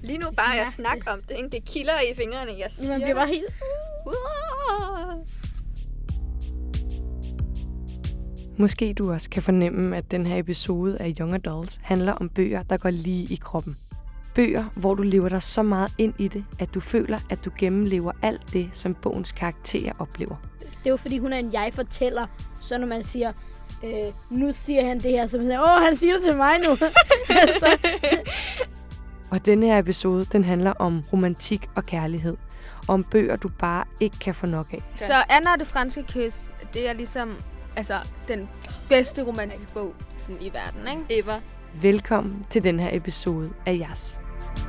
Lige nu bare jeg snakker om det, ikke? Det kilder i fingrene, jeg siger. Man bliver bare helt... Måske du også kan fornemme, at den her episode af Young Adults handler om bøger, der går lige i kroppen. Bøger, hvor du lever dig så meget ind i det, at du føler, at du gennemlever alt det, som bogens karakterer oplever. Det er jo fordi, hun er en jeg-fortæller. Så når man siger, nu siger han det her, så man siger, han siger det til mig nu. Og denne her episode, den handler om romantik og kærlighed. Og om bøger, du bare ikke kan få nok af. Så Anna og det franske kys, det er ligesom den bedste romantiske bog sådan i verden, ikke? Ever. Velkommen til den her episode af Jas.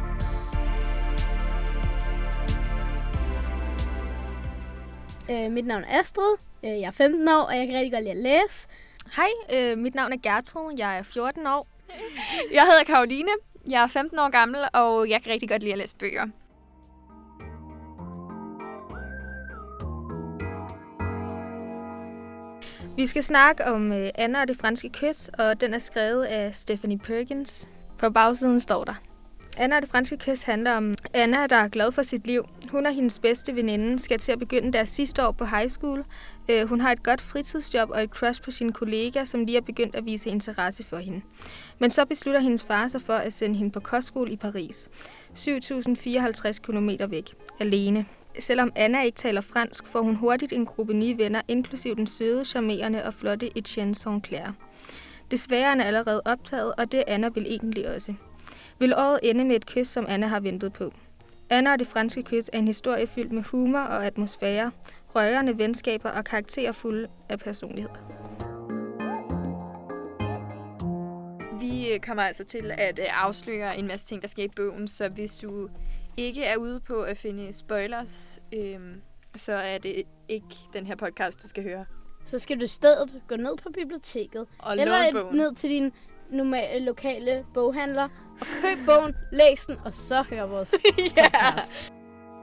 Mit navn er Astrid. Jeg er 15 år, og jeg kan rigtig godt lide at læse. Hej, mit navn er Gertrud. Jeg er 14 år. Jeg hedder Karoline. Jeg er 15 år gammel, og jeg kan rigtig godt lide at læse bøger. Vi skal snakke om Anna og det franske kys, og den er skrevet af Stephanie Perkins. På bagsiden står der: Anna og det franske kys handler om Anna, der er glad for sit liv. Hun og hendes bedste veninde skal til at begynde deres sidste år på high school. Hun har et godt fritidsjob og et crush på sin kollega, som lige er begyndt at vise interesse for hende. Men så beslutter hendes far sig for at sende hende på kostskole i Paris. 7.054 km væk. Alene. Selvom Anna ikke taler fransk, får hun hurtigt en gruppe nye venner, inklusiv den søde, charmerende og flotte Etienne Saint-Clair. Desværre er Anna allerede optaget, og det Anna vil egentlig også. Vil året ende med et kys, som Anna har ventet på? Anna og det franske kys er en historie fyldt med humor og atmosfære, rørende venskaber og karakterer fulde af personlighed. Vi kommer altså til at afsløre en masse ting, der sker i bogen, så hvis du ikke er ude på at finde spoilers, så er det ikke den her podcast, du skal høre. Så skal du i stedet gå ned på biblioteket, Og eller ned til din normale lokale boghandler, og køb bogen, læs den, og så hør vores podcast.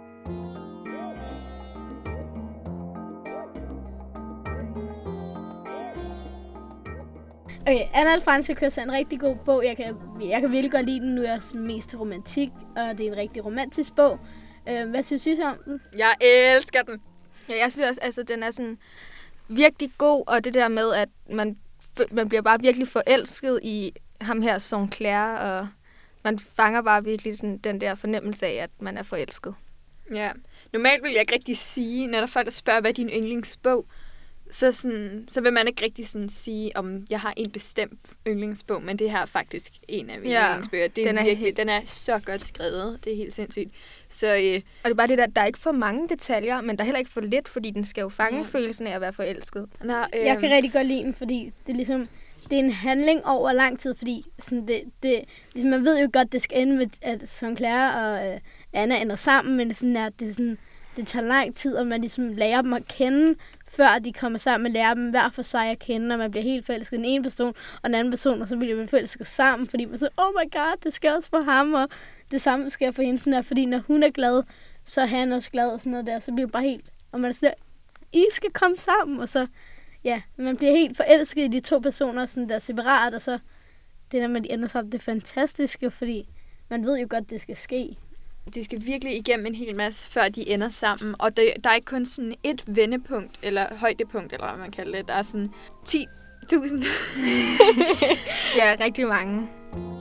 Okay, Anna og det franske kys er en rigtig god bog. Jeg kan virkelig godt lide den. Nu er jeg mest til romantik, og det er en rigtig romantisk bog. Hvad synes I om den? Jeg elsker den! Ja, jeg synes også, den er sådan virkelig god, og det der med, at man bliver bare virkelig forelsket i ham her, Saint-Clair, og man fanger bare virkelig sådan, den der fornemmelse af, at man er forelsket. Ja. Normalt vil jeg ikke rigtig sige, når der er folk, der spørger, hvad er din yndlingsbog, så vil man ikke rigtig sådan sige, om jeg har en bestemt yndlingsbog, men det her er faktisk en af mine yndlingsbøger. Den er så godt skrevet. Det er helt sindssygt. Så, og det er bare det der er ikke for mange detaljer, men der er heller ikke for lidt, fordi den skal jo fange følelsen af at være forelsket. Jeg kan rigtig godt lide den, fordi det er ligesom, det er en handling over lang tid, fordi sådan ligesom, man ved jo godt, det skal ende med, at Saint-Clair og Anna ender sammen, men det tager lang tid, og man ligesom lærer dem at kende, før de kommer sammen, man lærer dem hver for sig at kende, og man bliver helt forelsket i den ene person, og den anden person, og så bliver man forelsket sammen, fordi man siger, oh my god, det skal også for ham, og det samme sker for hende, sådan der, fordi når hun er glad, så er han også glad, og sådan noget der, så bliver det bare helt, og man siger, I skal komme sammen, og så, ja, man bliver helt forelsket i de to personer, sådan der separat, og så det der med, de ender sammen, det er fantastisk, fordi man ved jo godt, det skal ske. De skal virkelig igennem en hel masse, før de ender sammen. Og der er ikke kun sådan et vendepunkt, eller højdepunkt, eller hvad man kalder det. Der er sådan 10.000. Ja, rigtig mange.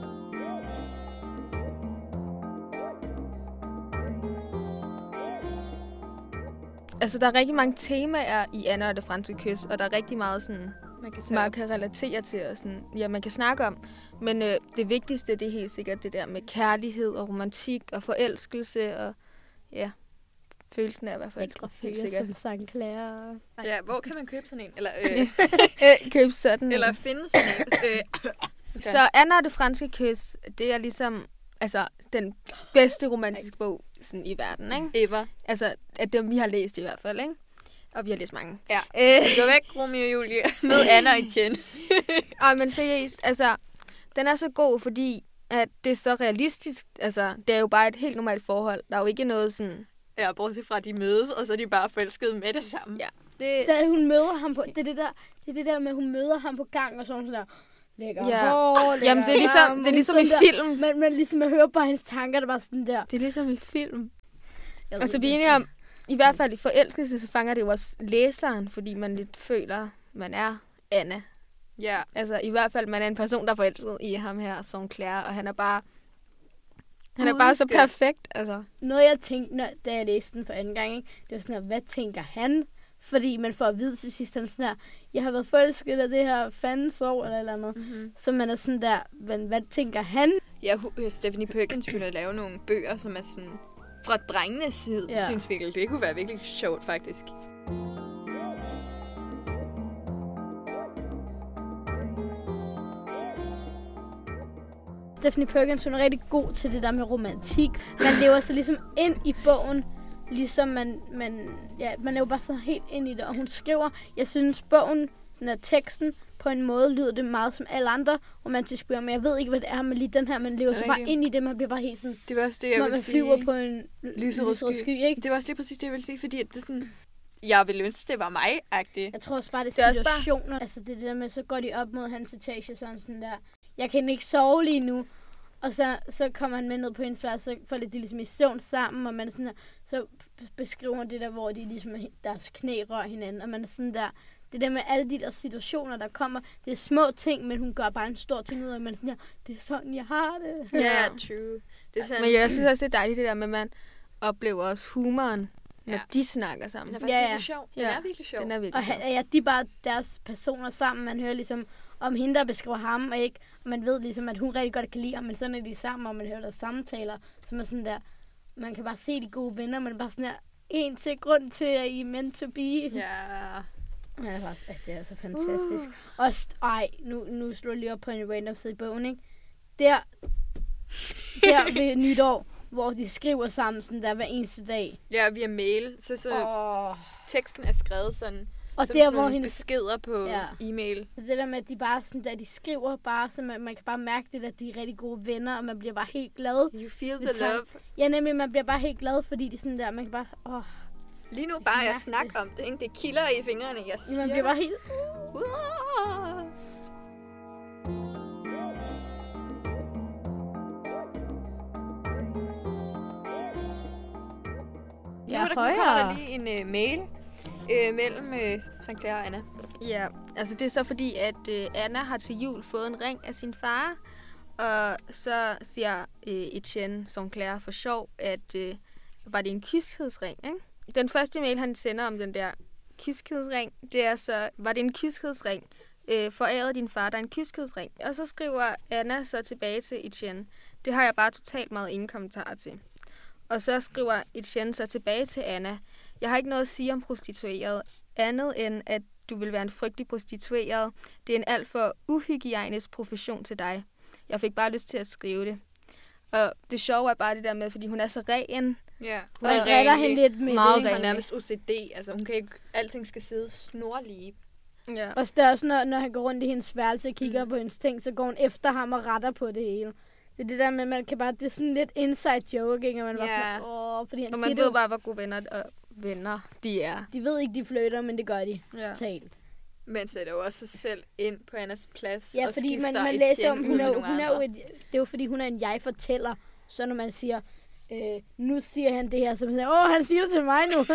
Der er rigtig mange temaer i Anna og det franske kys, og der er rigtig meget sådan, man kan relatere til, og sådan, ja, man kan snakke om. Men det vigtigste, det er helt sikkert det der med kærlighed og romantik og forelskelse, og ja, følelsen af at være forelsket. Helt sikkert. Som Saint-Clair. Ja, hvor kan man købe sådan en? Eller, købe sådan eller finde sådan en? Okay. Så Anna og det franske kys, det er ligesom den bedste romantiske bog sådan i verden, ikke? Ever. At dem vi har læst i hvert fald, ikke? Og vi har læst mange. Ja. Gå væk, Romeo og Julie, med Anna og Etienne. Men seriøst, den er så god, fordi at det er så realistisk. Det er jo bare et helt normalt forhold. Der er jo ikke noget sådan... Ja, bortset fra, at de mødes, og så er de bare forelskede med det samme. Ja. Da hun møder ham på... Det er det der med, at hun møder ham på gang, og sådan der... lækker Ja. hår, lækker Jamen, det er ligesom i film. Men ligesom at høre på hendes tanker, det var sådan der. Det er ligesom i film. Jeg Altså, ved vi er ikke, enige om, i hvert fald i forelskelse, så fanger det jo også læseren, fordi man lidt føler, man er Anna. Ja. Altså, i hvert fald, man er en person, der er forelsket i ham her, St. Clair, og han er bare så Gudskøn. perfekt, altså. Noget jeg tænkte, da jeg læste den for anden gang, ikke? Det var sådan her, hvad tænker han? Fordi man får at vide til sidst, han sådan her, jeg har været forelsket af det her fandens år, eller et eller andet. Mm-hmm. Så man er sådan der, men hvad tænker han? Ja, Stephanie Perkins kunne lave nogle bøger, som er sådan fra drengenes side, synsvinkel. Det kunne være virkelig sjovt, faktisk. Stephanie Perkins, hun er rigtig god til det der med romantik. Man lever sig ligesom ind i bogen, ligesom man lever bare så helt ind i det. Og hun skriver, jeg synes bogen, sådan der teksten, på en måde lyder det meget som alle andre romantiske bøger, men jeg ved ikke, hvad det er, men lige den her, man lever så bare ind i det, man bliver bare helt sådan, det var også det, jeg som om ville man sige. flyver på en lyserød sky, ikke? Det var også lige præcis det, jeg ville sige, fordi det er sådan, jeg ville ønske, det var mig-agtigt. Jeg tror også bare, det Det er er også situationer. Altså det der med, så går de op mod hans etage, sådan der, jeg kan ikke sove lige nu. Og så kommer han med ned på hendes værelse, så får de ligesom i søvn sammen, og man er sådan der, så beskriver det der, hvor de ligesom deres knæ rører hinanden, og man er sådan der, det der med alle de der situationer, der kommer, det er små ting, men hun gør bare en stor ting ud af, og man er sådan der, det er sådan, jeg har det. Ja, true. Det er sådan, Men jeg synes også, det er dejligt det der med, at man oplever også humoren, når de snakker sammen. Den er faktisk virkelig sjov. Den er virkelig sjov. Den er virkelig sjov. Og de er bare deres personer sammen, man hører ligesom om hende, der beskriver ham, og ikke, og man ved ligesom, at hun rigtig godt kan lide ham, men så er de sammen, og man hører deres samtaler, som er sådan der, man kan bare se de gode venner, man er bare sådan der, en til grund til, at I er meant to be. Ja. Ja, det er så fantastisk. Også, nu slår jeg lige op på en random side i bogen, ikke? Der ved nytår, hvor de skriver sammen sådan der hver eneste dag. Ja, via mail. Så teksten er skrevet sådan, og som der, sådan hvor nogle hendes beskeder på e-mail. Så det der med, at de bare sådan der, de skriver bare, så man kan bare mærke det, at de er rigtig gode venner, og man bliver bare helt glad. You feel the love. Ja, nemlig, man bliver bare helt glad, fordi det sådan der, man kan bare, Lige nu bare jeg snakker om det, ikke? Det kilder i fingrene, jeg siger. man bliver bare helt... Nu kommer der lige en mail mellem St. Clair og Anna. Ja, altså det er så fordi, at Anna har til jul fået en ring af sin far, og så siger Etienne St. Clair for sjov, at var det en kyskhedsring, ikke? Den første mail, han sender om den der kyskhedsring, det er så, var det en kyskhedsring? Forærede din far dig en kyskhedsring? Og så skriver Anna så tilbage til Etienne, det har jeg bare totalt meget ingen kommentarer til. Og så skriver Etienne så tilbage til Anna, jeg har ikke noget at sige om prostitueret, andet end at du vil være en frygtelig prostitueret. Det er en alt for uhygiejnisk profession til dig. Jeg fik bare lyst til at skrive det. Og det sjove er bare det der med, fordi hun er så ren. Ja, hun redder hende lidt med meget det. Hun er nærmest OCD. Altså, hun kan ikke... Alting skal sidde snorlige. Ja. Og det er også, når han går rundt i hendes værelse og kigger på hendes ting, så går hun efter ham og retter på det hele. Det er det der med, man kan bare... Det er sådan lidt inside joke, ikke? Og man bare sådan, fordi han og man ved bare, hvor gode venner de er. De ved ikke, de flytter, men det gør de totalt. Men sætter jo også sig selv ind på Annas plads og fordi skifter man læser om, hun er jo det er jo fordi, hun er en jeg-fortæller. Så når man siger, nu siger han det her, så man siger, han siger det til mig nu.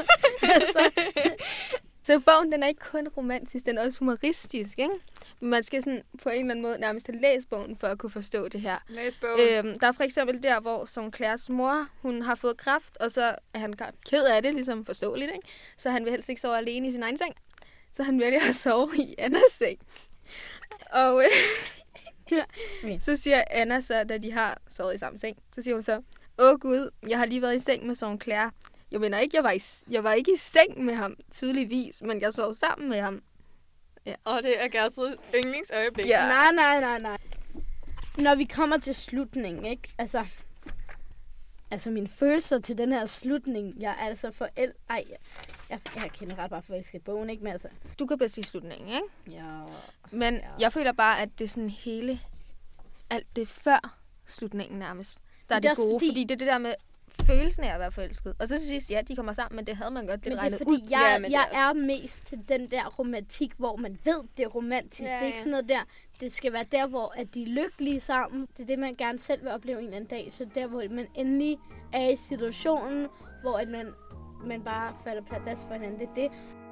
Så bogen, den er ikke kun romantisk, den er også humoristisk, ikke? Man skal sådan på en eller anden måde nærmest have læst bogen, for at kunne forstå det her. Læs bogen. Der er for eksempel der, hvor St. Clairs mor, hun har fået kræft, og så er han ked af det, ligesom forståeligt, ikke? Så han vil helst ikke sove alene i sin egen seng. Så han vælger at sove i Annas seng. Og så siger Anna så, da de har sovet i samme seng, så siger hun så, Gud, jeg har lige været i seng med St. Clair. Jeg mener ikke, jeg var ikke i seng med ham, tydeligvis, men jeg sov sammen med ham. Ja. Og det er Gertruds yndlingsøjeblik. Ja. Nej. Når vi kommer til slutningen, ikke? Altså mine følelser til den her slutning, jeg er altså jeg kender ret bare forelsket bogen, ikke? Men altså... Du kan bedst i slutningen, ikke? Ja. Men jeg føler bare, at det er sådan alt det før slutningen nærmest, der er det gode. Fordi det er det der med følelsen af at være forelsket. Og så til sidst, ja, de kommer sammen, men det havde man godt lidt regnet ud. Men det er fordi, jeg er mest til den der romantik, hvor man ved, det er romantisk. Ja. Det er ikke sådan noget der. Det skal være der, hvor at de er lykkelige sammen. Det er det, man gerne selv vil opleve en eller anden dag. Så der, hvor man endelig er i situationen, hvor at man bare falder pladask for hinanden. Det er det.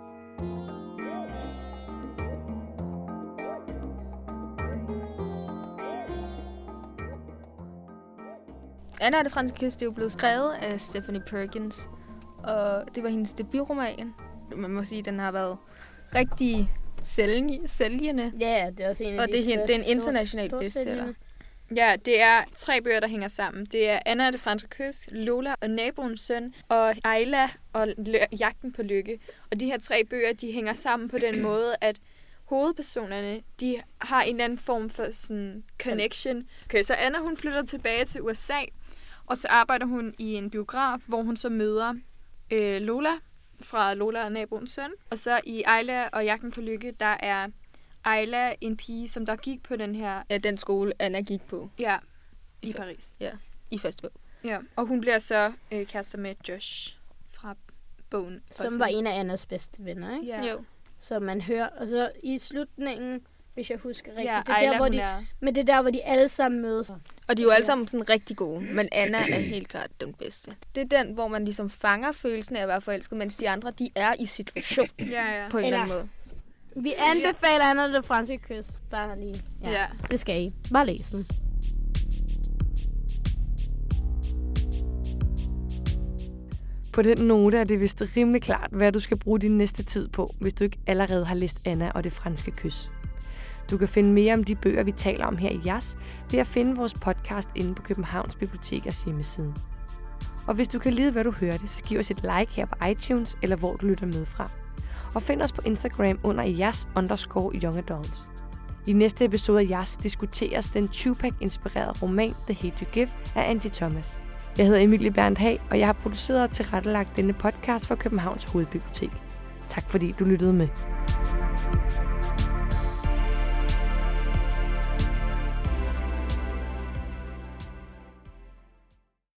Anna og det franske kys, det er jo blevet skrevet af Stephanie Perkins, og det var hendes debutroman. Man må sige, at den har været rigtig sælgende. Ja, det er også en af og det er en international bestseller. Ja, det er 3 bøger, der hænger sammen. Det er Anna og det franske kys, Lola og naboens søn, og Ayla og jagten på lykke. Og de her 3 bøger, de hænger sammen på den måde, at hovedpersonerne, de har en eller anden form for sådan connection. Okay, så Anna, hun flytter tilbage til USA, og så arbejder hun i en biograf, hvor hun så møder Lola fra Lola og naboens søn. Og så i Ayla og jagten på lykke, der er Ayla en pige, som der gik på den her... Ja, den skole, Anna gik på. Ja, i Paris. Ja, i første bog. Ja, og hun bliver så kærester med Josh fra bogen. Som var en af Annas bedste venner, ikke? Ja. Jo. Så man hører, og så i slutningen, hvis jeg husker rigtigt, ja, det er der, hvor men det er der, hvor de alle sammen mødes. Og de er jo alle sammen sådan rigtig gode, men Anna er helt klart den bedste. Det er den, hvor man ligesom fanger følelsen af at være forelsket, mens de andre, de er i situation på en eller anden måde. Vi anbefaler Anna og det franske kys. Bare lige. Ja. Det skal I. Bare læse den. På den note er det vist rimelig klart, hvad du skal bruge din næste tid på, hvis du ikke allerede har læst Anna og det franske kys. Du kan finde mere om de bøger, vi taler om her i Jas, ved at finde vores podcast inde på Københavns Bibliotekers hjemmeside. Og hvis du kan lide, hvad du hørte, så giv os et like her på iTunes, eller hvor du lytter med fra. Og find os på Instagram under jas_young_adults. I næste episode af Jas diskuteres den Tupac-inspirerede roman The Hate You Give af Angie Thomas. Jeg hedder Emilie Berndt Hag, og jeg har produceret og tilrettelagt denne podcast for Københavns Hovedbibliotek. Tak fordi du lyttede med.